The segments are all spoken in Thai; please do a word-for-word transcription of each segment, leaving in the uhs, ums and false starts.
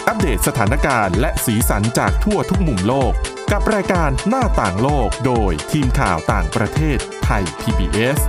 อัปเดตสถานการณ์และสีสันจากทั่วทุกมุมโลกกับรายการหน้าต่างโลกโดยทีมข่าวต่างประเทศไทย พี บี เอส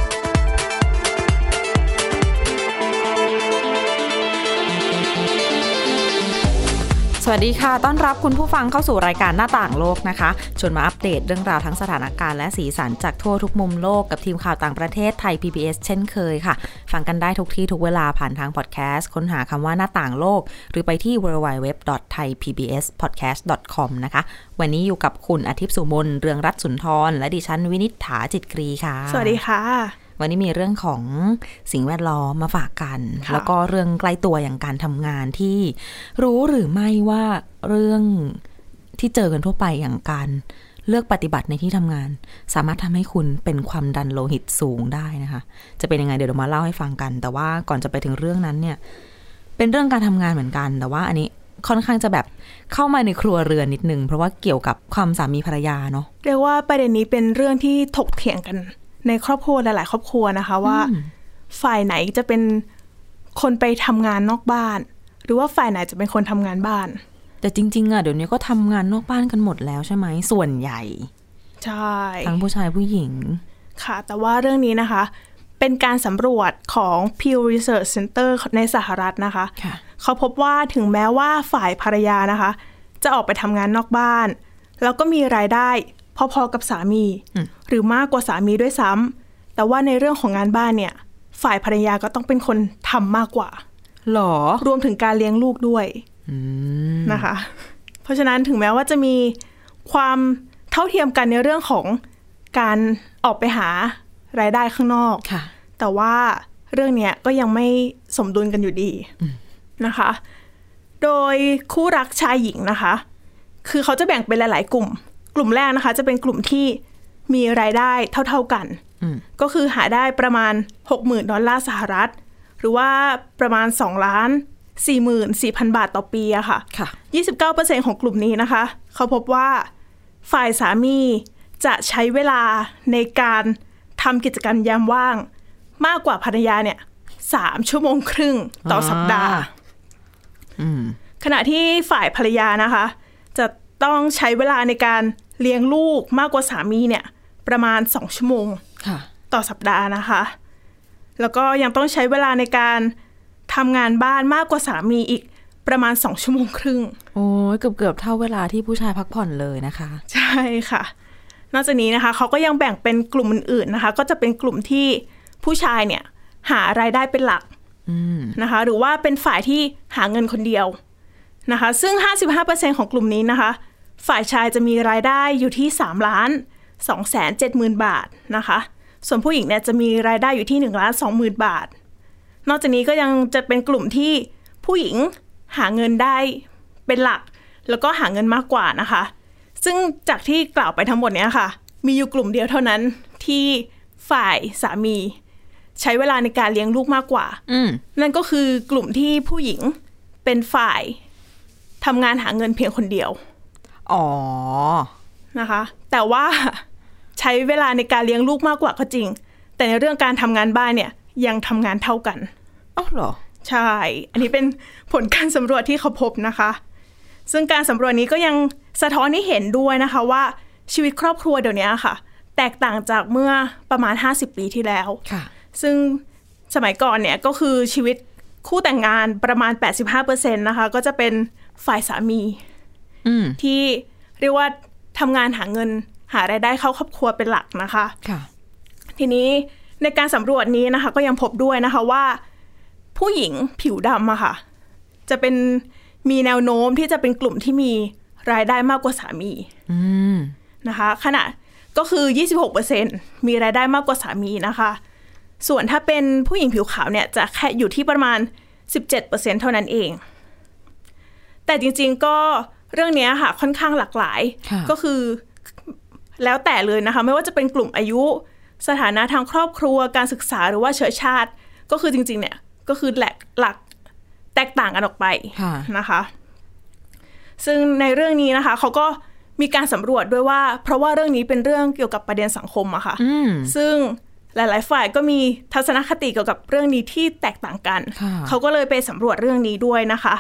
สวัสดีค่ะต้อนรับคุณผู้ฟังเข้าสู่รายการหน้าต่างโลกนะคะชวนมาอัปเดตเรื่องราวทั้งสถานการณ์และสีสันจากทั่วทุกมุมโลกกับทีมข่าวต่างประเทศไทย พี บี เอส เช่นเคยค่ะฟังกันได้ทุกที่ทุกเวลาผ่านทางพอดแคสต์ค้นหาคำว่าหน้าต่างโลกหรือไปที่ ดับเบิลยู ดับเบิลยู ดับเบิลยู ดอท ไทย พี บี เอส พอดแคสต์ ดอท คอม นะคะวันนี้อยู่กับคุณอาทิตย์สุมนเรืองรัตน์สุนทรและดิฉันวินิษฐาจิตกรีค่ะสวัสดีค่ะวันนี้มีเรื่องของสิ่งแวดล้อมมาฝากกันแล้วก็เรื่องใกล้ตัวอย่างการทำงานที่รู้หรือไม่ว่าเรื่องที่เจอกันทั่วไปอย่างการเลือกปฏิบัติในที่ทำงานสามารถทำให้คุณเป็นความดันโลหิตสูงได้นะคะจะเป็นยังไงเดี๋ยวเรามาเล่าให้ฟังกันแต่ว่าก่อนจะไปถึงเรื่องนั้นเนี่ยเป็นเรื่องการทำงานเหมือนกันแต่ว่าอันนี้ค่อนข้างจะแบบเข้ามาในครัวเรือนนิดนึงเพราะว่าเกี่ยวกับความสามีภรรยาเนาะเรียกว่าประเด็นนี้เป็นเรื่องที่ถกเถียงกันในครอบครัวหลายๆครอบครัวนะคะว่าฝ่ายไหนจะเป็นคนไปทำงานนอกบ้านหรือว่าฝ่ายไหนจะเป็นคนทำงานบ้านแต่จริงๆอ่ะเดี๋ยวนี้ก็ทำงานนอกบ้านกันหมดแล้วใช่ไหมส่วนใหญ่ใช่ทั้งผู้ชายผู้หญิงค่ะแต่ว่าเรื่องนี้นะคะเป็นการสำรวจของ Pew Research Center ในสหรัฐนะคะเขาพบว่าถึงแม้ว่าฝ่ายภรรยานะคะจะออกไปทำงานนอกบ้านแล้วก็มีรายได้พอๆกับสามีหรือมากกว่าสามีด้วยซ้ำแต่ว่าในเรื่องของงานบ้านเนี่ยฝ่ายภรรยาก็ต้องเป็นคนทำมากกว่าหรอรวมถึงการเลี้ยงลูกด้วยนะคะเพราะฉะนั้นถึงแม้ว่าจะมีความเท่าเทียมกันในเรื่องของการออกไปหารายได้ข้างนอกแต่ว่าเรื่องนี้ก็ยังไม่สมดุลกันอยู่ดีนะคะโดยคู่รักชายหญิงนะคะคือเขาจะแบ่งเป็นหลายๆกลุ่มกลุ่มแรกนะคะจะเป็นกลุ่มที่มีรายได้เท่าๆกันก็คือหาได้ประมาณ หกหมื่น ดอลลาร์สหรัฐหรือว่าประมาณสองล้านสี่หมื่นสี่พัน บาทต่อปีอะค่ะ ยี่สิบเก้าเปอร์เซ็นต์ ของกลุ่มนี้นะคะเขาพบว่าฝ่ายสามีจะใช้เวลาในการทำกิจกรรมยามว่างมากกว่าภรรยาเนี่ยสามชั่วโมงครึ่งต่อสัปดาห์ขณะที่ฝ่ายภรรยานะคะจะต้องใช้เวลาในการเลี้ยงลูกมากกว่าสามีเนี่ยประมาณสองชั่วโมงต่อสัปดาห์นะคะแล้วก็ยังต้องใช้เวลาในการทำงานบ้านมากกว่าสามีอีกประมาณสองชั่วโมงครึ่งโอ้ยเกือบๆเท่าเวลาที่ผู้ชายพักผ่อนเลยนะคะใช่ค่ะนอกจากนี้นะคะเขาก็ยังแบ่งเป็นกลุ่มอื่นๆนะคะก็จะเป็นกลุ่มที่ผู้ชายเนี่ยหารายได้เป็นหลักนะคะหรือว่าเป็นฝ่ายที่หาเงินคนเดียวนะคะซึ่ง ห้าสิบห้าเปอร์เซ็นต์ ของกลุ่มนี้นะคะฝ่ายชายจะมีรายได้อยู่ที่สามล้านสองแสนเจ็ดหมื่น บาทนะคะส่วนผู้หญิงเนี่ยจะมีรายได้อยู่ที่หนึ่งล้านสองหมื่น บาทนอกจากนี้ก็ยังจะเป็นกลุ่มที่ผู้หญิงหาเงินได้เป็นหลักแล้วก็หาเงินมากกว่านะคะซึ่งจากที่กล่าวไปทั้งหมดเนี้ยค่ะมีอยู่กลุ่มเดียวเท่านั้นที่ฝ่ายสามีใช้เวลาในการเลี้ยงลูกมากกว่านั่นก็คือกลุ่มที่ผู้หญิงเป็นฝ่ายทำงานหาเงินเพียงคนเดียวอ๋อนะคะแต่ว่าใช้เวลาในการเลี้ยงลูกมากกว่าก็จริงแต่ในเรื่องการทำงานบ้านเนี่ยยังทำงานเท่ากันอ๋อเหรอใช่อันนี้เป็นผลการสำรวจที่เขาพบนะคะซึ่งการสำรวจนี้ก็ยังสะท้อนให้เห็นด้วยนะคะว่าชีวิตครอบครัวเดี๋ยวนี้ค่ะแตกต่างจากเมื่อประมาณห้าสิบปีที่แล้วซึ่งสมัยก่อนเนี่ยก็คือชีวิตคู่แต่งงานประมาณ แปดสิบห้าเปอร์เซ็นต์ นะคะก็จะเป็นฝ่ายสามีที่เรียกว่าทำงานหาเงินหารายได้เข้าครอบครัวเป็นหลักนะคะทีนี้ในการสำรวจนี้นะคะก็ยังพบด้วยนะคะว่าผู้หญิงผิวดำอะค่ะจะเป็นมีแนวโน้มที่จะเป็นกลุ่มที่มีรายได้มากกว่าสามีนะคะขณะก็คือ ยี่สิบหกเปอร์เซ็นต์ มีรายได้มากกว่าสามีนะคะส่วนถ้าเป็นผู้หญิงผิวขาวเนี่ยจะแค่อยู่ที่ประมาณ สิบเจ็ดเปอร์เซ็นต์ เท่านั้นเองแต่จริงๆก็เรื่องนี้ค่ะค่อนข้างหลากหลายก็คือแล้วแต่เลยนะคะไม่ว่าจะเป็นกลุ่มอายุสถานะทางครอบครัวการศึกษาหรือว่าเชื้อชาติก็คือจริงๆเนี่ยก็คือหลักหลักแตกต่างกันออกไปนะคะซึ่งในเรื่องนี้นะคะเขาก็มีการสำรวจด้วยว่าเพราะว่าเรื่องนี้เป็นเรื่องเกี่ยวกับประเด็นสังคมอะค่ะซึ่งหลายๆฝ่ายก็มีทัศนคติเกี่ยวกับเรื่องนี้ที่แตกต่างกันเขาก็เลยไปสำรวจเรื่องนี้ด้วยนะคะ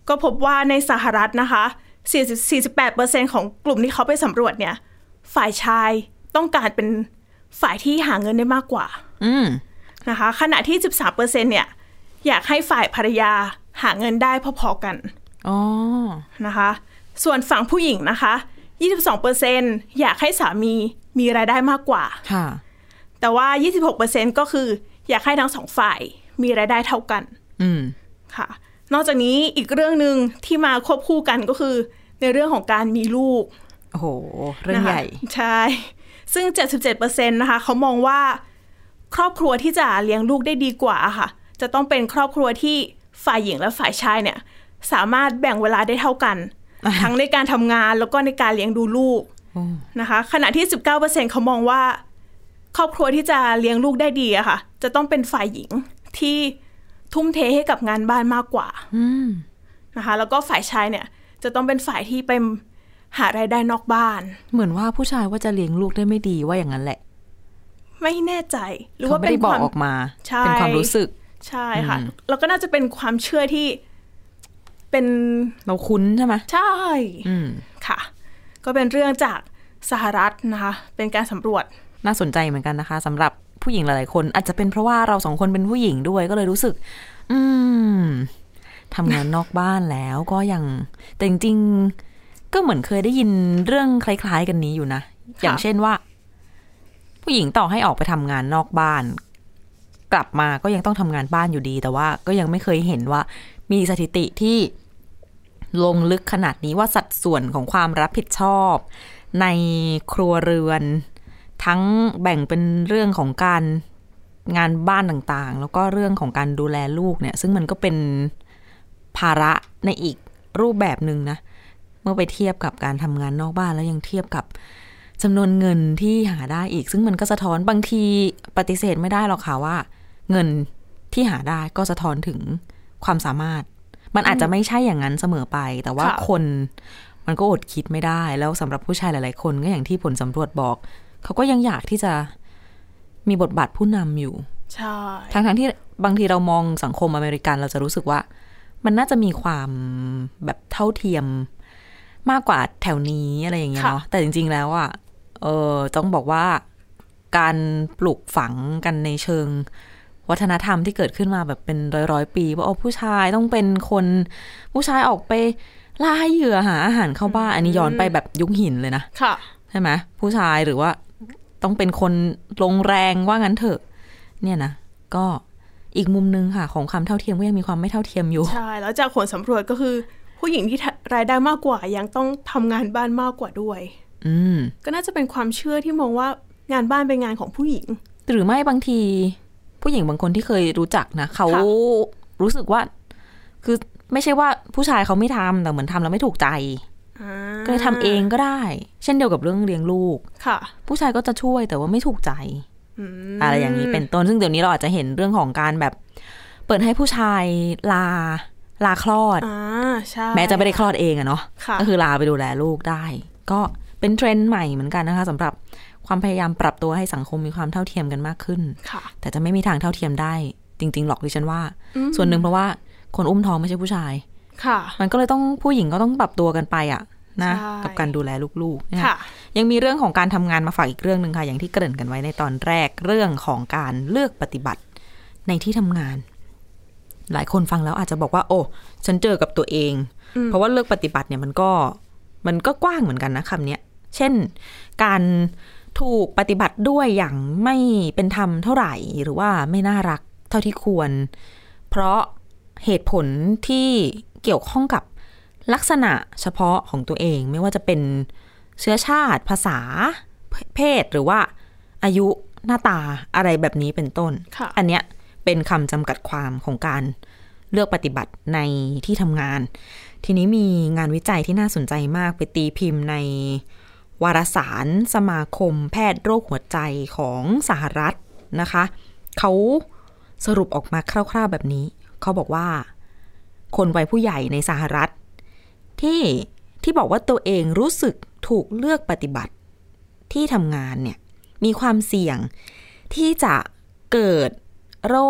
ก็พบว่าในสหรัฐนะคะสี่สิบแปดเปอร์เซ็นต์ ของกลุ่มที่เขาไปสำรวจเนี่ยฝ่ายชายต้องการเป็นฝ่ายที่หาเงินได้มากกว่านะคะขณะที่ สิบสามเปอร์เซ็นต์ เนี่ยอยากให้ฝ่ายภรรยาหาเงินได้พอๆกันอ๋อนะคะส่วนฝั่งผู้หญิงนะคะ ยี่สิบสองเปอร์เซ็นต์ อยากให้สามีมีรายได้มากกว่าค่ะแต่ว่า ยี่สิบหกเปอร์เซ็นต์ ก็คืออยากให้ทั้งสองฝ่ายมีรายได้เท่ากันอืมค่ะนอกจากนี้อีกเรื่องนึงที่มาควบคู่กันก็คือในเรื่องของการมีลูกโอ้โหเรื่องใหญ่ใช่ซึ่ง เจ็ดสิบเจ็ดเปอร์เซ็นต์ นะคะเขามองว่าครอบครัวที่จะเลี้ยงลูกได้ดีกว่าค่ะจะต้องเป็นครอบครัวที่ฝ่ายหญิงและฝ่ายชายเนี่ยสามารถแบ่งเวลาได้เท่ากันทั้งในการทำงานแล้วก็ในการเลี้ยงดูลูกนะคะขณะที่ สิบเก้าเปอร์เซ็นต์ เขามองว่าครอบครัวที่จะเลี้ยงลูกได้ดีอะค่ะจะต้องเป็นฝ่ายหญิงที่ทุ่มเทให้กับงานบ้านมากกว่านะคะแล้วก็ฝ่ายชายเนี่ยจะต้องเป็นฝ่ายที่ไปหารายได้นอกบ้านเหมือนว่าผู้ชายว่าจะเลี้ยงลูกได้ไม่ดีว่าอย่างนั้นแหละไม่แน่ใจหรือว่าเป็นความออกมาเป็นความรู้สึกใช่ค่ะแล้วก็น่าจะเป็นความเชื่อที่เป็นเราคุ้นใช่ไหมใช่ค่ะก็เป็นเรื่องจากสหรัฐนะคะเป็นการสำรวจน่าสนใจเหมือนกันนะคะสำหรับผู้หญิงหลายๆคนอาจจะเป็นเพราะว่าเราสองคนเป็นผู้หญิงด้วยก็เลยรู้สึกอืมทำงานนอกบ้านแล้วก็ยังแต่จริงๆก็เหมือนเคยได้ยินเรื่องคล้ายๆกันนี้อยู่นะอย่างเช่นว่าผู้หญิงต่อให้ออกไปทำงานนอกบ้านกลับมาก็ยังต้องทำงานบ้านอยู่ดีแต่ว่าก็ยังไม่เคยเห็นว่ามีสถิติที่ลงลึกขนาดนี้ว่าสัดส่วนของความรับผิดชอบในครัวเรือนทั้งแบ่งเป็นเรื่องของการงานบ้านต่างๆแล้วก็เรื่องของการดูแลลูกเนี่ยซึ่งมันก็เป็นภาระในอีกรูปแบบนึงนะเมื่อไปเทียบกับการทำงานนอกบ้านแล้วยังเทียบกับจำนวนเงินที่หาได้อีกซึ่งมันก็สะท้อนบางทีปฏิเสธไม่ได้หรอกค่ะว่าเงินที่หาได้ก็สะท้อนถึงความสามารถมันอาจจะไม่ใช่อย่างนั้นเสมอไปแต่ว่าคนมันก็อดคิดไม่ได้แล้วสำหรับผู้ชายหลายๆคนก็อย่างที่ผลสำรวจบอกเขาก็ยังอยากที่จะมีบทบาทผู้นำอยู่ใช่ทั้งทั้งที่บางทีเรามองสังคมอเมริกันเราจะรู้สึกว่ามันน่าจะมีความแบบเท่าเทียมมากกว่าแถวนี้อะไรอย่างเงี้ยเนาะแต่จริงๆแล้วอ่ะเออต้องบอกว่าการปลูกฝังกันในเชิงวัฒนธรรมที่เกิดขึ้นมาแบบเป็นร้อยๆปีว่าโอ้ผู้ชายต้องเป็นคนผู้ชายออกไปล่าเหยื่อหาอาหารเข้าบ้านอันนี้ย้อนไปแบบยุคหินเลยนะค่ะใช่ไหมผู้ชายหรือว่าต้องเป็นคนลงแรงว่างั้นเถอะเนี่ยนะก็อีกมุมนึงค่ะของความเท่าเทียมก็ยังมีความไม่เท่าเทียมอยู่ใช่แล้วจากผลสำรวจก็คือผู้หญิงที่รายได้มากกว่ายังต้องทำงานบ้านมากกว่าด้วยอืมก็น่าจะเป็นความเชื่อที่มองว่างานบ้านเป็นงานของผู้หญิงหรือไม่บางทีผู้หญิงบางคนที่เคยรู้จักนะเขารู้สึกว่าคือไม่ใช่ว่าผู้ชายเขาไม่ทำแต่เหมือนทำแล้วไม่ถูกใจก็เลยทำเองก็ได้เช่นเดียวกับเรื่องเลี้ยงลูกค่ะผู้ชายก็จะช่วยแต่ว่าไม่ถูกใจอะไรอย่างนี้เป็นต้นซึ่งเดี๋ยวนี้เราอาจจะเห็นเรื่องของการแบบเปิดให้ผู้ชายลาลาคลอดแม้จะไม่ได้คลอดเองอะเนาะก็คือลาไปดูแลลูกได้ก็เป็นเทรนด์ใหม่เหมือนกันนะคะสำหรับความพยายามปรับตัวให้สังคมมีความเท่าเทียมกันมากขึ้นแต่จะไม่มีทางเท่าเทียมได้จริงๆหรอกดิฉันว่าส่วนหนึ่งเพราะว่าคนอุ้มท้องไม่ใช่ผู้ชายมันก็เลยต้องผู้หญิงก็ต้องปรับตัวกันไปอะนะกับการดูแลลูกๆนะยังมีเรื่องของการทำงานมาฝากอีกเรื่องนึงค่ะอย่างที่เกริ่นกันไว้ในตอนแรกเรื่องของการเลือกปฏิบัติในที่ทำงานหลายคนฟังแล้วอาจจะบอกว่าโอ้ฉันเจอกับตัวเองเพราะว่าเลือกปฏิบัติเนี่ยมันก็มันก็กว้างเหมือนกันนะคำนี้เช่นการถูกปฏิบัติด้วยอย่างไม่เป็นธรรมเท่าไหร่หรือว่าไม่น่ารักเท่าที่ควรเพราะเหตุผลที่เกี่ยวข้องกับลักษณะเฉพาะของตัวเองไม่ว่าจะเป็นเชื้อชาติภาษาเพศหรือว่าอายุหน้าตาอะไรแบบนี้เป็นต้นอันเนี้ยเป็นคำจำกัดความของการเลือกปฏิบัติในที่ทำงานทีนี้มีงานวิจัยที่น่าสนใจมากไปตีพิมพ์ในวารสารสมาคมแพทย์โรคหัวใจของสหรัฐนะคะเขาสรุปออกมาคร่าวๆแบบนี้เขาบอกว่าคนวัยผู้ใหญ่ในสหรัฐที่ที่บอกว่าตัวเองรู้สึกถูกเลือกปฏิบัติที่ทำงานเนี่ยมีความเสี่ยงที่จะเกิดโรค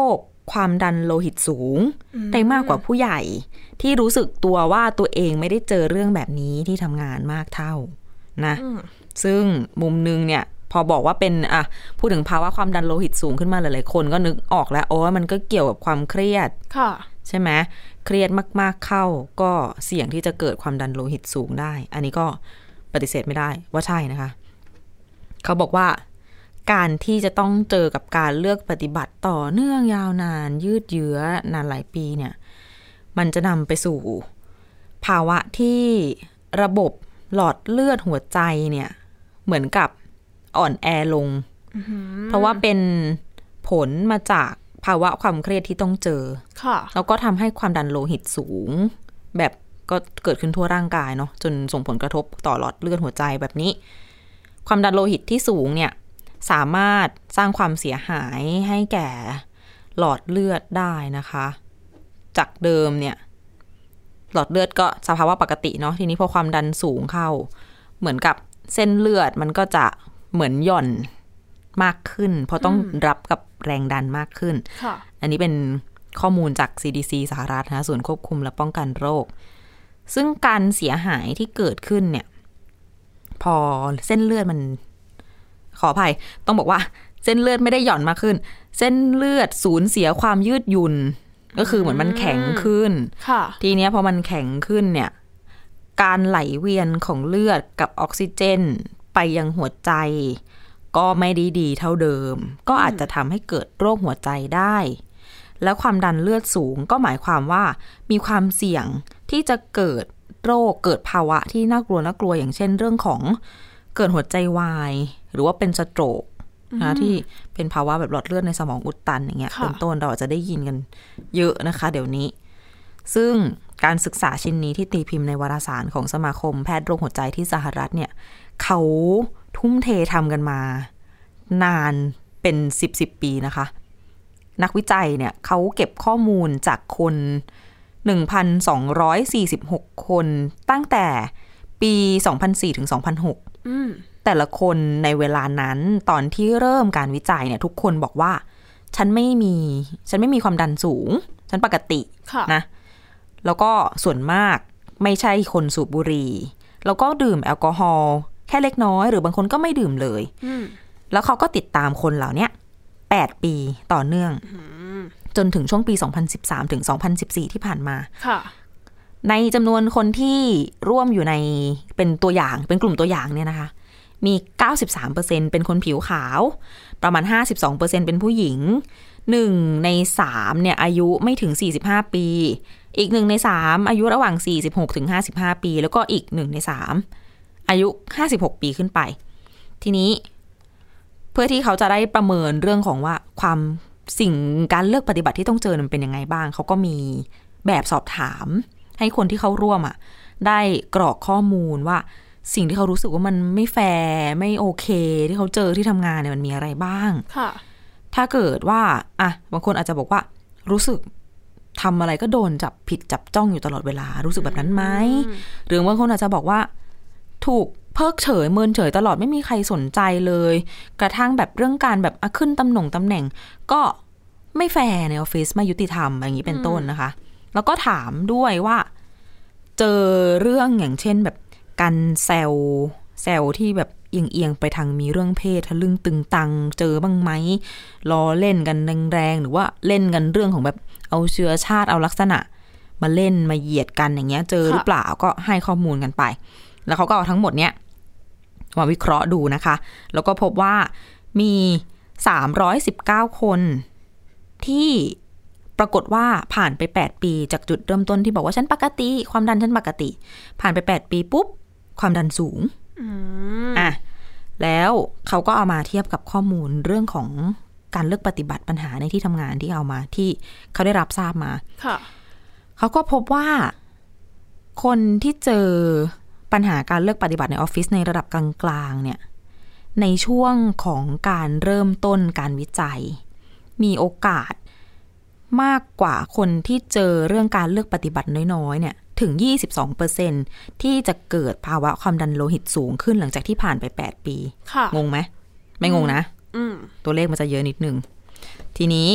ความดันโลหิตสูงได้มากกว่าผู้ใหญ่ที่รู้สึกตัวว่าตัวเองไม่ได้เจอเรื่องแบบนี้ที่ทำงานมากเท่านะซึ่งมุมนึงเนี่ยพอบอกว่าเป็นอ่ะพูดถึงภาวะความดันโลหิตสูงขึ้นมาหลายๆคนก็นึกออกแล้วโอ้มันก็เกี่ยวกับความเครียดค่ะใช่ไหมเครียดมากๆเข้าก็เสี่ยงที่จะเกิดความดันโลหิตสูงได้อันนี้ก็ปฏิเสธไม่ได้ว่าใช่นะคะเขาบอกว่าการที่จะต้องเจอกับการเลือกปฏิบัติต่อเนื่องยาวนานยืดเยื้อนานหลายปีเนี่ยมันจะนำไปสู่ภาวะที่ระบบหลอดเลือดหัวใจเนี่ยเหมือนกับอ่อนแอลง mm-hmm. เพราะว่าเป็นผลมาจากภาวะความเครียดที่ต้องเจอแล้วก็ทำให้ความดันโลหิตสูงแบบก็เกิดขึ้นทั่วร่างกายเนาะจนส่งผลกระทบต่อหลอดเลือดหัวใจแบบนี้ความดันโลหิตที่สูงเนี่ยสามารถสร้างความเสียหายให้แก่หลอดเลือดได้นะคะจากเดิมเนี่ยหลอดเลือดก็สภาวะปกติเนาะทีนี้พอความดันสูงเข้าเหมือนกับเส้นเลือดมันก็จะเหมือนหย่อนมากขึ้นเพราะต้องรับกับแรงดันมากขึ้นอันนี้เป็นข้อมูลจาก ซี ดี ซี สหรัฐนะส่วนควบคุมและป้องกันโรคซึ่งการเสียหายที่เกิดขึ้นเนี่ยพอเส้นเลือดมันขออภัยต้องบอกว่าเส้นเลือดไม่ได้หย่อนมากขึ้นเส้นเลือดสูญเสียความยืดหยุ่นก็คือเหมือนมันแข็งขึ้นทีนี้พอมันแข็งขึ้นเนี่ยการไหลเวียนของเลือดกับออกซิเจนไปยังหัวใจก็ไม่ได้ดีเท่าเดิมก็อาจจะทำให้เกิดโรคหัวใจได้แล้วความดันเลือดสูงก็หมายความว่ามีความเสี่ยงที่จะเกิดโรคเกิดภาวะที่น่ากลัวน่ากลัวอย่างเช่นเรื่องของเกิดหัวใจวายหรือว่าเป็นสโตรกนะที่เป็นภาวะแบบหลอดเลือดในสมองอุดตันอย่างเงี้ยเป็นต้นเราจะได้ยินกันเยอะนะคะเดี๋ยวนี้ซึ่งการศึกษาชิ้นนี้ที่ตีพิมพ์ในวารสารของสมาคมแพทย์โรคหัวใจที่สหรัฐเนี่ยเขาทุ่มเททำกันมานานเป็นสิบสิบปีนะคะนักวิจัยเนี่ยเขาเก็บข้อมูลจากคน หนึ่งพันสองร้อยสี่สิบหก คนตั้งแต่ปีสองพันสี่ถึงสองพันหกอืมแต่ละคนในเวลานั้นตอนที่เริ่มการวิจัยเนี่ยทุกคนบอกว่าฉันไม่มีฉันไม่มีความดันสูงฉันปกตินะแล้วก็ส่วนมากไม่ใช่คนสูบบุหรี่แล้วก็ดื่มแอลกอฮอล์แค่เล็กน้อยหรือบางคนก็ไม่ดื่มเลยแล้วเขาก็ติดตามคนเหล่านี้แปดปีต่อเนื่องจนถึงช่วงปีสองพันสิบสามถึงสองพันสิบสี่ที่ผ่านมาในจำนวนคนที่ร่วมอยู่ในเป็นตัวอย่างเป็นกลุ่มตัวอย่างเนี่ยนะคะมี เก้าสิบสามเปอร์เซ็นต์ เป็นคนผิวขาวประมาณ ห้าสิบสองเปอร์เซ็นต์ เป็นผู้หญิงหนึ่งในสามเนี่ยอายุไม่ถึงสี่สิบห้าปีอีกหนึ่งในสามอายุระหว่างสี่สิบหกถึงห้าสิบห้าปีแล้วก็อีกหนึ่งในสามอายุห้าสิบหกปีขึ้นไปทีนี้เพื่อที่เขาจะได้ประเมินเรื่องของว่าความสิ่งการเลือกปฏิบัติที่ต้องเจอมันเป็นยังไงบ้างเขาก็มีแบบสอบถามให้คนที่เข้าร่วมอ่ะได้กรอกข้อมูลว่าสิ่งที่เขารู้สึกว่ามันไม่แฟร์ไม่โอเคที่เขาเจอที่ทำงานเนี่ยมันมีอะไรบ้างค่ะถ้าเกิดว่าอ่ะบางคนอาจจะบอกว่ารู้สึกทำอะไรก็โดนจับผิดจับจ้องอยู่ตลอดเวลารู้สึกแบบนั้นไหมหรือบางคนอาจจะบอกว่าถูกเพิกเฉยเมินเฉยตลอดไม่มีใครสนใจเลยกระทั่งแบบเรื่องการแบบขึ้นตำแหน่งตำแหน่งก็ไม่แฟร์ในออฟฟิศไม่ยุติธรรมอย่างนี้เป็นต้นนะคะแล้วก็ถามด้วยว่าเจอเรื่องอย่างเช่นแบบการแซวแซวที่แบบเอียงๆไปทางมีเรื่องเพศทะลึ่งตึงตังเจอบ้างไหมล้อเล่นกันแรงๆหรือว่าเล่นกันเรื่องของแบบเอาเชื้อชาติเอาลักษณะมาเล่นมาเหยียดกันอย่างเงี้ยเจอหรือเปล่าก็ให้ข้อมูลกันไปแล้วเขาก็เอาทั้งหมดเนี้ยมาวิเคราะห์ดูนะคะแล้วก็พบว่ามีสามร้อยสิบเก้าคนที่ปรากฏว่าผ่านไปแปดปีจากจุดเริ่มต้นที่บอกว่าฉันปกติความดันฉันปกติผ่านไปแปดปีปุ๊บความดันสูงอ่ะแล้วเขาก็เอามาเทียบกับข้อมูลเรื่องของการเลือกปฏิบัติปัญหาในที่ทำงานที่เอามาที่เขาได้รับทราบมาเขาก็พบว่าคนที่เจอปัญหาการเลือกปฏิบัติในออฟฟิศในระดับกลางๆเนี่ยในช่วงของการเริ่มต้นการวิจัยมีโอกาสมากกว่าคนที่เจอเรื่องการเลือกปฏิบัติน้อยๆเนี่ยถึง ยี่สิบสองเปอร์เซ็นต์ ที่จะเกิดภาวะความดันโลหิตสูงขึ้นหลังจากที่ผ่านไปแปดปีงงไหมไม่งงนะตัวเลขมันจะเยอะนิดนึงทีนี้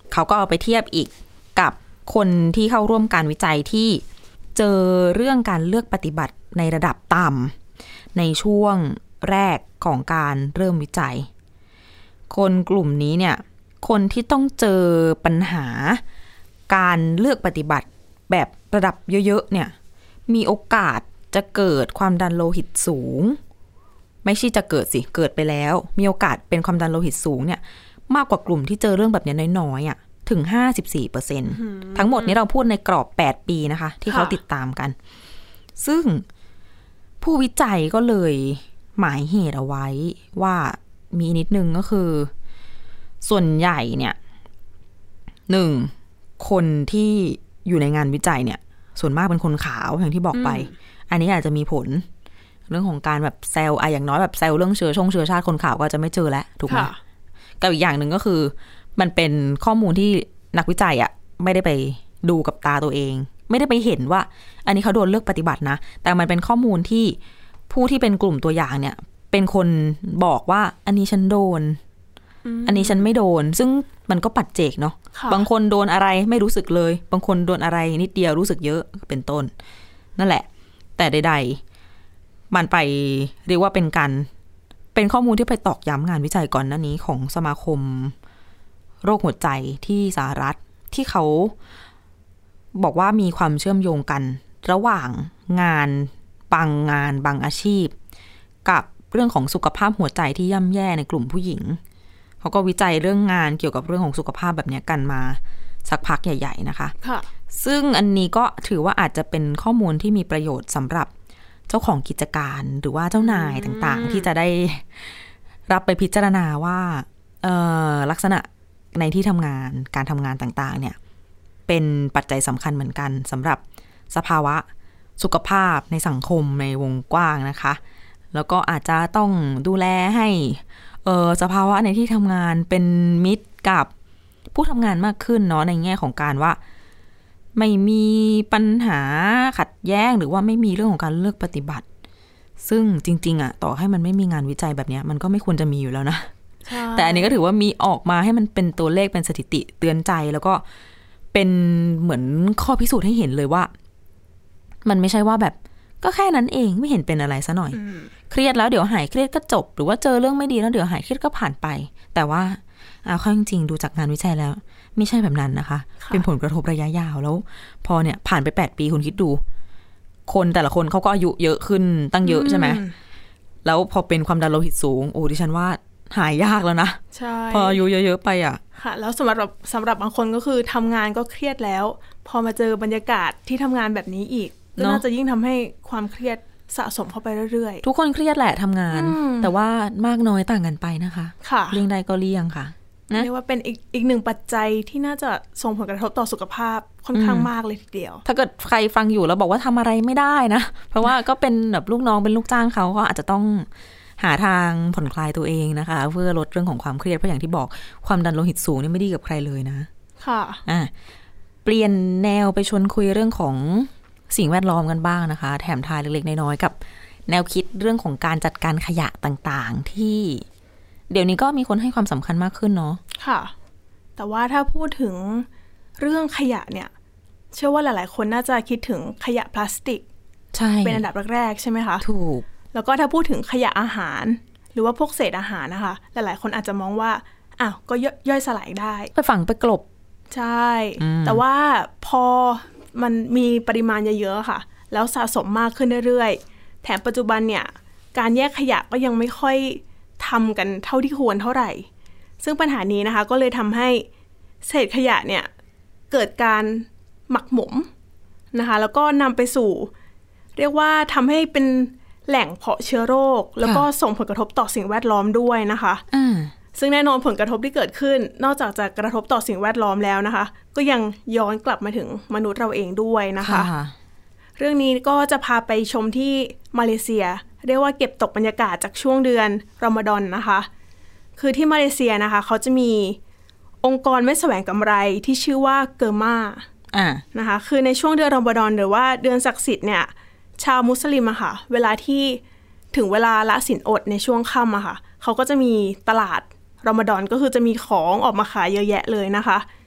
เขาก็เอาไปเทียบอีกกับคนที่เข้าร่วมการวิจัยที่เจอเรื่องการเลือกปฏิบัติในระดับต่ำในช่วงแรกของการเริ่มวิจัยคนกลุ่มนี้เนี่ยคนที่ต้องเจอปัญหาการเลือกปฏิบัติแบบระดับเยอะๆเนี่ยมีโอกาสจะเกิดความดันโลหิตสูงไม่ใช่จะเกิดสิเกิดไปแล้วมีโอกาสเป็นความดันโลหิตสูงเนี่ยมากกว่ากลุ่มที่เจอเรื่องแบบนี้น้อยๆอ่ะถึง ห้าสิบสี่เปอร์เซ็นต์ ทั้งหมดนี้เราพูดในกรอบแปดปีนะคะที่เขาติดตามกันซึ่งผู้วิจัยก็เลยหมายเหตุเอาไว้ว่ามีนิดนึงก็คือส่วนใหญ่เนี่ยหนึ่งคนที่อยู่ในงานวิจัยเนี่ยส่วนมากเป็นคนขาวอย่างที่บอกไปอันนี้อาจจะมีผลเรื่องของการแบบแซลอะอย่างน้อยแบบแซลเรื่องเชื้อชงเชื้อชาติคนขาวก็จะไม่เจอแล้วถูกไหมกับอีกอย่างหนึ่งก็คือมันเป็นข้อมูลที่นักวิจัยอะไม่ได้ไปดูกับตาตัวเองไม่ได้ไปเห็นว่าอันนี้เขาโดนเลือกปฏิบัตินะแต่มันเป็นข้อมูลที่ผู้ที่เป็นกลุ่มตัวอย่างเนี่ยเป็นคนบอกว่าอันนี้ฉันโดนอันนี้ฉันไม่โดนซึ่งมันก็ปัจเจกเนาะบางคนโดนอะไรไม่รู้สึกเลยบางคนโดนอะไรนิดเดียวรู้สึกเยอะเป็นต้นนั่นแหละแต่ใดๆมันไปเรียกว่าเป็นการเป็นข้อมูลที่ไปตอกย้ำงานวิจัยก่อนหน้านี้ของสมาคมโรคหัวใจที่สหรัฐที่เขาบอกว่ามีความเชื่อมโยงกันระหว่างงานบางงานบางอาชีพกับเรื่องของสุขภาพหัวใจที่ย่ำแย่ในกลุ่มผู้หญิงเขาก็วิจัยเรื่องงานเกี่ยวกับเรื่องของสุขภาพแบบนี้กันมาสักพักใหญ่ๆนะคะซึ่งอันนี้ก็ถือว่าอาจจะเป็นข้อมูลที่มีประโยชน์สำหรับเจ้าของกิจการหรือว่าเจ้านายต่างๆที่จะได้รับไปพิจารณาว่าลักษณะในที่ทำงานการทำงานต่างๆเนี่ยเป็นปัจจัยสำคัญเหมือนกันสำหรับสภาวะสุขภาพในสังคมในวงกว้างนะคะแล้วก็อาจจะต้องดูแลให้เออสภาวะในที่ทำงานเป็นมิตรกับผู้ทำงานมากขึ้นเนาะในแง่ของการว่าไม่มีปัญหาขัดแย้งหรือว่าไม่มีเรื่องของการเลือกปฏิบัติซึ่งจริงๆอ่ะต่อให้มันไม่มีงานวิจัยแบบนี้มันก็ไม่ควรจะมีอยู่แล้วนะแต่อันนี้ก็ถือว่ามีออกมาให้มันเป็นตัวเลขเป็นสถิติเตือนใจแล้วก็เป็นเหมือนข้อพิสูจน์ให้เห็นเลยว่ามันไม่ใช่ว่าแบบก็แค่นั้นเองไม่เห็นเป็นอะไรซะหน่อยเครียดแล้วเดี๋ยวหายเครียดก็จบหรือว่าเจอเรื่องไม่ดีแล้วเดี๋ยวหายเครียดก็ผ่านไปแต่ว่าเอาเข้าจริงๆดูจากงานวิจัยแล้วไม่ใช่แบบนั้นนะคะเป็นผลกระทบระยะยาวแล้วพอเนี่ยผ่านไปแปดปีคุณคิดดูคนแต่ละคนเขาก็อายุเยอะขึ้นตั้งเยอะใช่ไหมแล้วพอเป็นความดันโลหิตสูงโอ้ดิฉันว่าหายยากแล้วนะใช่พออายุเยอะๆไปอ่ะค่ะแล้วสำหรับสำหรับบางคนก็คือทำงานก็เครียดแล้วพอมาเจอบรรยากาศที่ทำงานแบบนี้อีกก็น่าจะยิ่งทำให้ความเครียดสะสมเข้าไปเรื่อยๆทุกคนเครียดแหละทำงานแต่ว่ามากน้อยต่างกันไปนะคะค่ะเลี่ยงได้ก็เลี่ยงค่ะเรียกว่าเป็นอีกอีกหนึ่งปัจจัยที่น่าจะส่งผลกระทบต่อสุขภาพค่อนข้างมากเลยทีเดียวถ้าเกิดใครฟังอยู่แล้วบอกว่าทำอะไรไม่ได้นะเพราะว่าก็เป็นแบบลูกน้องเป็นลูกจ้างเขาก็อาจจะต้องหาทางผ่อนคลายตัวเองนะคะเพื่อลดเรื่องของความเครียดเพราะอย่างที่บอกความดันโลหิตสูงนี่ไม่ดีกับใครเลยนะค่ะอ่ะเปลี่ยนแนวไปชวนคุยเรื่องของสิ่งแวดล้อมกันบ้างนะคะแถมทายเล็กๆน้อยๆกับแนวคิดเรื่องของการจัดการขยะต่างๆที่เดี๋ยวนี้ก็มีคนให้ความสำคัญมากขึ้นเนาะค่ะแต่ว่าถ้าพูดถึงเรื่องขยะเนี่ยเชื่อว่าหลายๆคนน่าจะคิดถึงขยะพลาสติกใช่เป็นอันดับแรกๆใช่ไหมคะถูกแล้วก็ถ้าพูดถึงขยะอาหารหรือว่าพวกเศษอาหารนะคะหลายๆคนอาจจะมองว่าอ้าวก็ย่อยสลายได้ไปฝังไปกลบใช่แต่ว่าพอมันมีปริมาณเยอะๆค่ะแล้วสะสมมากขึ้นเรื่อยๆแถมปัจจุบันเนี่ยการแยกขยะก็ยังไม่ค่อยทำกันเท่าที่ควรเท่าไหร่ซึ่งปัญหานี้นะคะก็เลยทำให้เศษขยะเนี่ยเกิดการหมักหมมนะคะแล้วก็นำไปสู่เรียกว่าทำให้เป็นแหล่งเพาะเชื้อโรคแล้วก็ส่งผลกระทบต่อสิ่งแวดล้อมด้วยนะคะซึ่งแน่นอนผลกระทบที่เกิดขึ้นนอกจากจะกระทบต่อสิ่งแวดล้อมแล้วนะคะก็ยังย้อนกลับมาถึงมนุษย์เราเองด้วยนะคะเรื่องนี้ก็จะพาไปชมที่มาเลเซียเรียกว่าเก็บตกบรรยากาศจากช่วงเดือนรอมฎอนนะคะคือที่มาเลเซียนะคะเขาจะมีองค์กรไม่แสวงกำไรที่ชื่อว่าเกอร์มานะคะคือในช่วงเดือนรอมฎอนหรือว่าเดือนศักดิ์สิทธิ์เนี่ยชาวมุสลิมอะค่ะเวลาที่ถึงเวลาละศีลอดในช่วงค่ำอะค่ะเขาก็จะมีตลาดรอมฎอนก็คือจะมีของออกมาขายเยอะแยะเลยนะคะ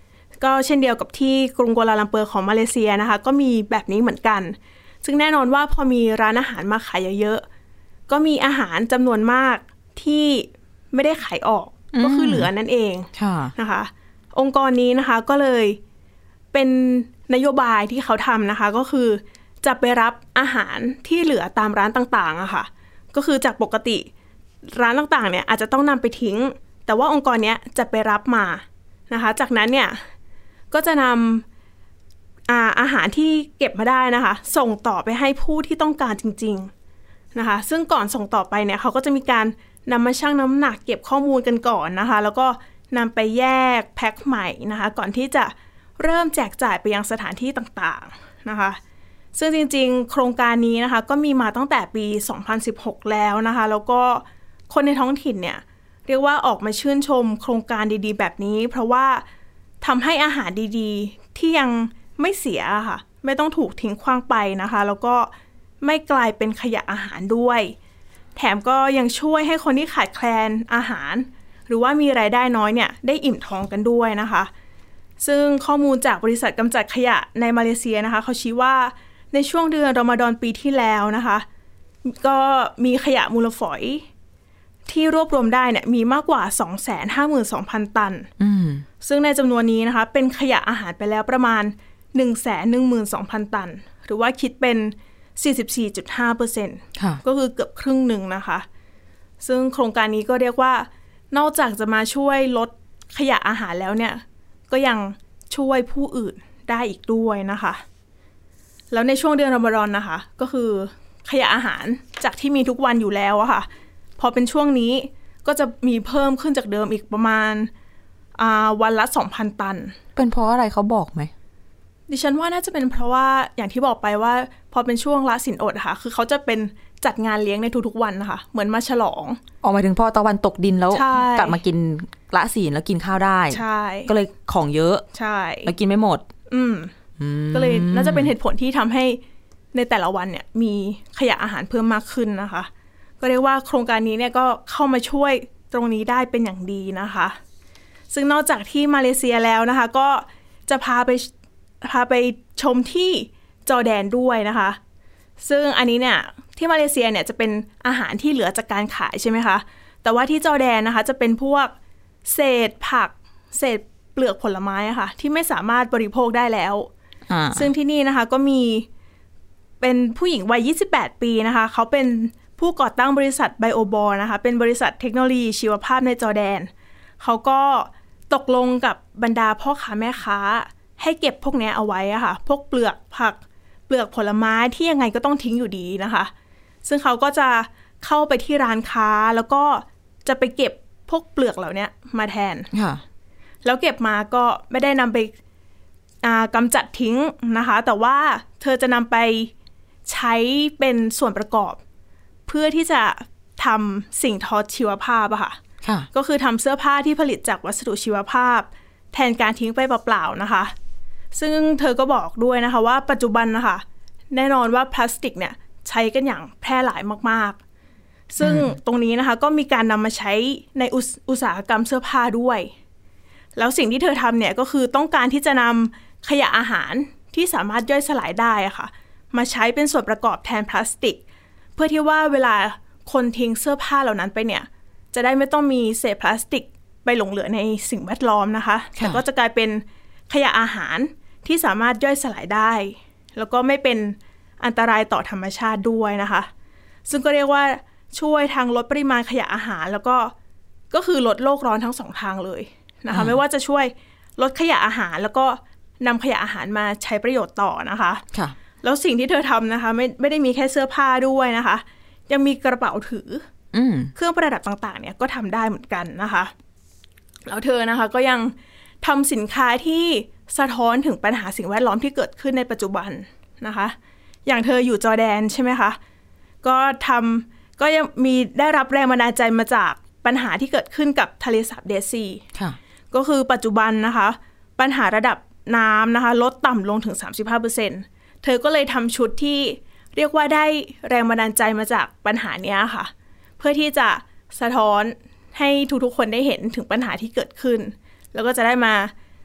ก็เช่นเดียวกับที่กรุงกัวลาลัมเปอร์ของมาเลเซียนะคะก็มีแบบนี้เหมือนกันซึ่งแน่นอนว่าพอมีร้านอาหารมาขายเยอะๆก็มีอาหารจำนวนมากที่ไม่ได้ขายออกก็คือเหลือนั่นเองนะคะองค์กรนี้นะคะก็เลยเป็นนโยบายที่เขาทำนะคะก็คือจะไปรับอาหารที่เหลือตามร้านต่างๆอะค่ะก็คือจากปกติร้านต่างๆเนี่ยอาจจะต้องนำไปทิ้งแต่ว่าองค์กรนี้จะไปรับมานะคะจากนั้นเนี่ยก็จะนำอา, อาหารที่เก็บมาได้นะคะส่งต่อไปให้ผู้ที่ต้องการจริงๆนะคะซึ่งก่อนส่งต่อไปเนี่ยเขาก็จะมีการนำมาชั่งน้ำหนักเก็บข้อมูลกันก่อนนะคะแล้วก็นำไปแยกแพ็คใหม่นะคะก่อนที่จะเริ่มแจกจ่ายไปยังสถานที่ต่างๆนะคะซึ่งจริงๆโครงการนี้นะคะก็มีมาตั้งแต่ปีสองพันสิบหกแล้วนะคะแล้วก็คนในท้องถิ่นเนี่ยเรียกว่าออกมาชื่นชมโครงการดีๆแบบนี้เพราะว่าทำให้อาหารดีๆที่ยังไม่เสียค่ะไม่ต้องถูกทิ้งขว้างไปนะคะแล้วก็ไม่กลายเป็นขยะอาหารด้วยแถมก็ยังช่วยให้คนที่ขาดแคลนอาหารหรือว่ามีรายได้น้อยเนี่ยได้อิ่มท้องกันด้วยนะคะซึ่งข้อมูลจากบริษัทกำจัดขยะในมาเลเซียนะคะเขาชี้ว่าในช่วงเดือนรอมฎอนปีที่แล้วนะคะก็มีขยะมูลฝอยที่รวบรวมได้เนี่ยมีมากกว่า สองแสนห้าหมื่นสองพัน ตันซึ่งในจำนวนนี้นะคะเป็นขยะอาหารไปแล้วประมาณ หนึ่งแสนหนึ่งหมื่นสองพัน ตันหรือว่าคิดเป็น สี่สิบสี่จุดห้าเปอร์เซ็นต์ ก็คือเกือบครึ่งหนึ่งนะคะซึ่งโครงการนี้ก็เรียกว่านอกจากจะมาช่วยลดขยะอาหารแล้วเนี่ยก็ยังช่วยผู้อื่นได้อีกด้วยนะคะแล้วในช่วงเดือนรอมฎอนนะคะก็คือขยะอาหารจากที่มีทุกวันอยู่แล้วอะค่ะพอเป็นช่วงนี้ก็จะมีเพิ่มขึ้นจากเดิมอีกประมาณวันละ สองพัน ตันเป็นเพราะอะไรเขาบอกไหมดิฉันว่าน่าจะเป็นเพราะว่าอย่างที่บอกไปว่าพอเป็นช่วงละศีลอดค่ะคือเขาจะเป็นจัดงานเลี้ยงในทุกๆวันนะคะเหมือนมาฉลองออกมาถึงพอตะวันตกดินแล้วกลับมากินละศีลแล้วกินข้าวได้ใช่ก็เลยของเยอะใช่แล้วกินไม่หมดอืมก็เลยน่าจะเป็นเหตุผลที่ทำให้ในแต่ละวันเนี่ยมีขยะอาหารเพิ่มมากขึ้นนะคะก็เรียกว่าโครงการนี้เนี่ยก็เข้ามาช่วยตรงนี้ได้เป็นอย่างดีนะคะซึ่งนอกจากที่มาเลเซียแล้วนะคะก็จะพาไปพาไปชมที่จอร์แดนด้วยนะคะซึ่งอันนี้เนี่ยที่มาเลเซียเนี่ยจะเป็นอาหารที่เหลือจากการขายใช่ไหมคะแต่ว่าที่จอร์แดนนะคะจะเป็นพวกเศษผักเศษเปลือกผลไม้อะค่ะที่ไม่สามารถบริโภคได้แล้วซึ่งที่นี่นะคะก็มีเป็นผู้หญิงวัยยี่สิบแปดปีนะคะเขาเป็นผู้ก่อตั้งบริษัทไบโอบอลนะคะเป็นบริษัทเทคโนโลยีชีวภาพในจอร์แดนเขาก็ตกลงกับบรรดาพ่อค้าแม่ค้าให้เก็บพวกนี้เอาไว้อะค่ะพวกเปลือกผักเปลือกผลไม้ที่ยังไงก็ต้องทิ้งอยู่ดีนะคะซึ่งเขาก็จะเข้าไปที่ร้านค้าแล้วก็จะไปเก็บพวกเปลือกเหล่านี้มาแทนแล้วเก็บมาก็ไม่ได้นำไปกำจัดทิ้งนะคะแต่ว่าเธอจะนำไปใช้เป็นส่วนประกอบเพื่อที่จะทำสิ่งทอชีวภาพอะค่ะก็คือทำเสื้อผ้าที่ผลิตจากวัสดุชีวภาพแทนการทิ้งไปเปล่าๆนะคะซึ่งเธอก็บอกด้วยนะคะว่าปัจจุบันนะคะแน่นอนว่าพลาสติกเนี่ยใช้กันอย่างแพร่หลายมากๆซึ่งตรงนี้นะคะก็มีการนำมาใช้ในอุตสาหกรรมเสื้อผ้าด้วยแล้วสิ่งที่เธอทำเนี่ยก็คือต้องการที่จะนำขยะอาหารที่สามารถย่อยสลายได้อะค่ะมาใช้เป็นส่วนประกอบแทนพลาสติกเพื่อที่ว่าเวลาคนทิ้งเสื้อผ้าเหล่านั้นไปเนี่ยจะได้ไม่ต้องมีเศษพลาสติกไปหลงเหลือในสิ่งแวดล้อมนะคะแต่ก็จะกลายเป็นขยะอาหารที่สามารถย่อยสลายได้แล้วก็ไม่เป็นอันตรายต่อธรรมชาติด้วยนะคะซึ่งก็เรียกว่าช่วยทางลดปริมาณขยะอาหารแล้วก็ก็คือลดโลกร้อนทั้งสองทางเลยนะคะไม่ว่าจะช่วยลดขยะอาหารแล้วก็นำขยะอาหารมาใช้ประโยชน์ต่อนะคะแล้วสิ่งที่เธอทำนะคะไม่ไม่ได้มีแค่เสื้อผ้าด้วยนะคะยังมีกระเป๋าถือเครื่องประดับต่างๆเนี่ยก็ทำได้เหมือนกันนะคะแล้วเธอนะคะก็ยังทำสินค้าที่สะท้อนถึงปัญหาสิ่งแวดล้อมที่เกิดขึ้นในปัจจุบันนะคะอย่างเธออยู่จอร์แดนใช่ไหมคะก็ทำก็ยังมีได้รับแรงบันดาลใจมาจากปัญหาที่เกิดขึ้นกับทะเลสาบเดดซีก็คือปัจจุบันนะคะปัญหาระดับน้ำนะคะลดต่ำลงถึง สามสิบห้าเปอร์เซ็นต์ เธอก็เลยทำชุดที่เรียกว่าได้แรงบันดาลใจมาจากปัญหานี้ค่ะเพื่อที่จะสะท้อนให้ทุกๆคนได้เห็นถึงปัญหาที่เกิดขึ้นแล้วก็จะได้มา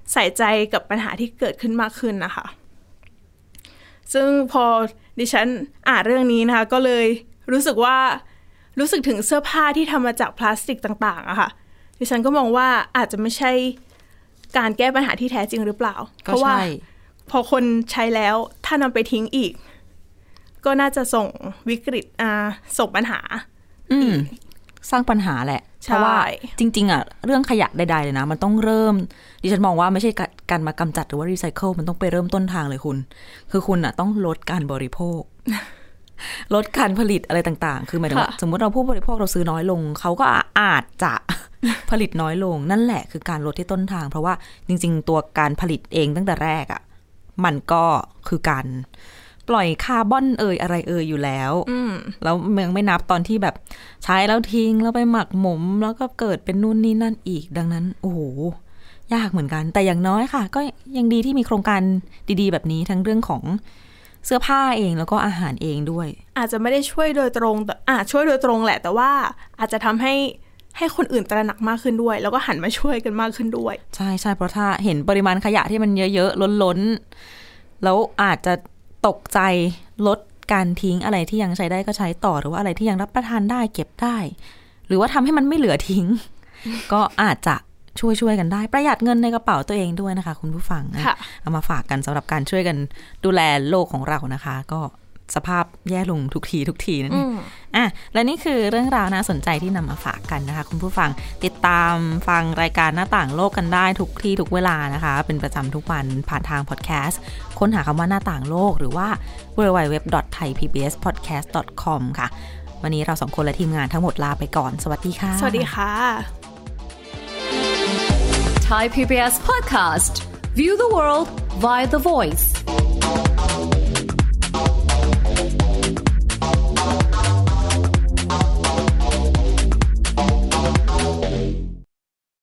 ใส่ใจกับปัญหาที่เกิดขึ้นมากขึ้นนะคะซึ่งพอดิฉันอ่านเรื่องนี้นะคะก็เลยรู้สึกว่ารู้สึกถึงเสื้อผ้าที่ทำมาจากพลาสติกต่างๆอะค่ะดิฉันก็มองว่าอาจจะไม่ใช่การแก้ปัญหาที่แท้จริงหรือเปล่าเพราะว่าพอคนใช้แล้วถ้านำไปทิ้งอีกก็น่าจะส่งวิกฤตอ่าส่งปัญหาอืมสร้างปัญหาแหละเพราะว่าจริงๆอ่ะเรื่องขยะใดๆเลยนะมันต้องเริ่มดิฉันมองว่าไม่ใช่การมากำจัดหรือว่ารีไซเคิลมันต้องไปเริ่มต้นทางเลยคุณคือคุณอ่ะต้องลดการบริโภค ลดการผลิตอะไรต่างๆคือหมายถึงว่าสมมติเราผู้บริโภคเราซื้อน้อยลงเขาก็อาจจะผลิตน้อยลงนั่นแหละคือการลดที่ต้นทางเพราะว่าจริงๆตัวการผลิตเองตั้งแต่แรกอ่ะมันก็คือการปล่อยคาร์บอนเอ่ยอะไรเอ่ยอยู่แล้วแล้วยังไม่นับตอนที่แบบใช้แล้วทิ้งแล้วไปหมักหมมแล้วก็เกิดเป็นนู่นนี่นั่นอีกดังนั้นโอ้โหยากเหมือนกันแต่อย่างน้อยค่ะก็ยังดีที่มีโครงการดีๆแบบนี้ทั้งเรื่องของเสื้อผ้าเองแล้วก็อาหารเองด้วยอาจจะไม่ได้ช่วยโดยตรงแต่อาจช่วยโดยตรงแหละแต่ว่าอาจจะทำให้ให้คนอื่นตระหนักมากขึ้นด้วยแล้วก็หันมาช่วยกันมากขึ้นด้วยใช่ใช่เพราะถ้าเห็นปริมาณขยะที่มันเยอะๆล้นๆแล้วอาจจะตกใจลดการทิ้งอะไรที่ยังใช้ได้ก็ใช้ต่อหรือว่าอะไรที่ยังรับประทานได้เก็บได้หรือว่าทำให้มันไม่เหลือทิ้ง ก็อาจจะช่วยช่วยกันได้ประหยัดเงินในกระเป๋าตัวเองด้วยนะคะคุณผู้ฟังเอามาฝากกันสำหรับการช่วยกันดูแลโลกของเรานะคะก็สภาพแย่ลงทุกทีทุกทีนั่นเองอ่ะและนี่คือเรื่องราวน่าสนใจที่นำมาฝากกันนะคะคุณผู้ฟังติดตามฟังรายการหน้าต่างโลกกันได้ทุกที่ทุกเวลานะคะเป็นประจำทุกวันผ่านทางพอดแคสต์ค้นหาคำว่าหน้าต่างโลกหรือว่า ดับเบิลยู ดับเบิลยู ดับเบิลยู ดอท ไทย พี บี เอส พอดแคสต์ ดอท คอม ค่ะวันนี้เราสองคนและทีมงานทั้งหมดลาไปก่อนสวัสดีค่ะสวัสดีค่ะ Thai พี บี เอส Podcast View the world via the voice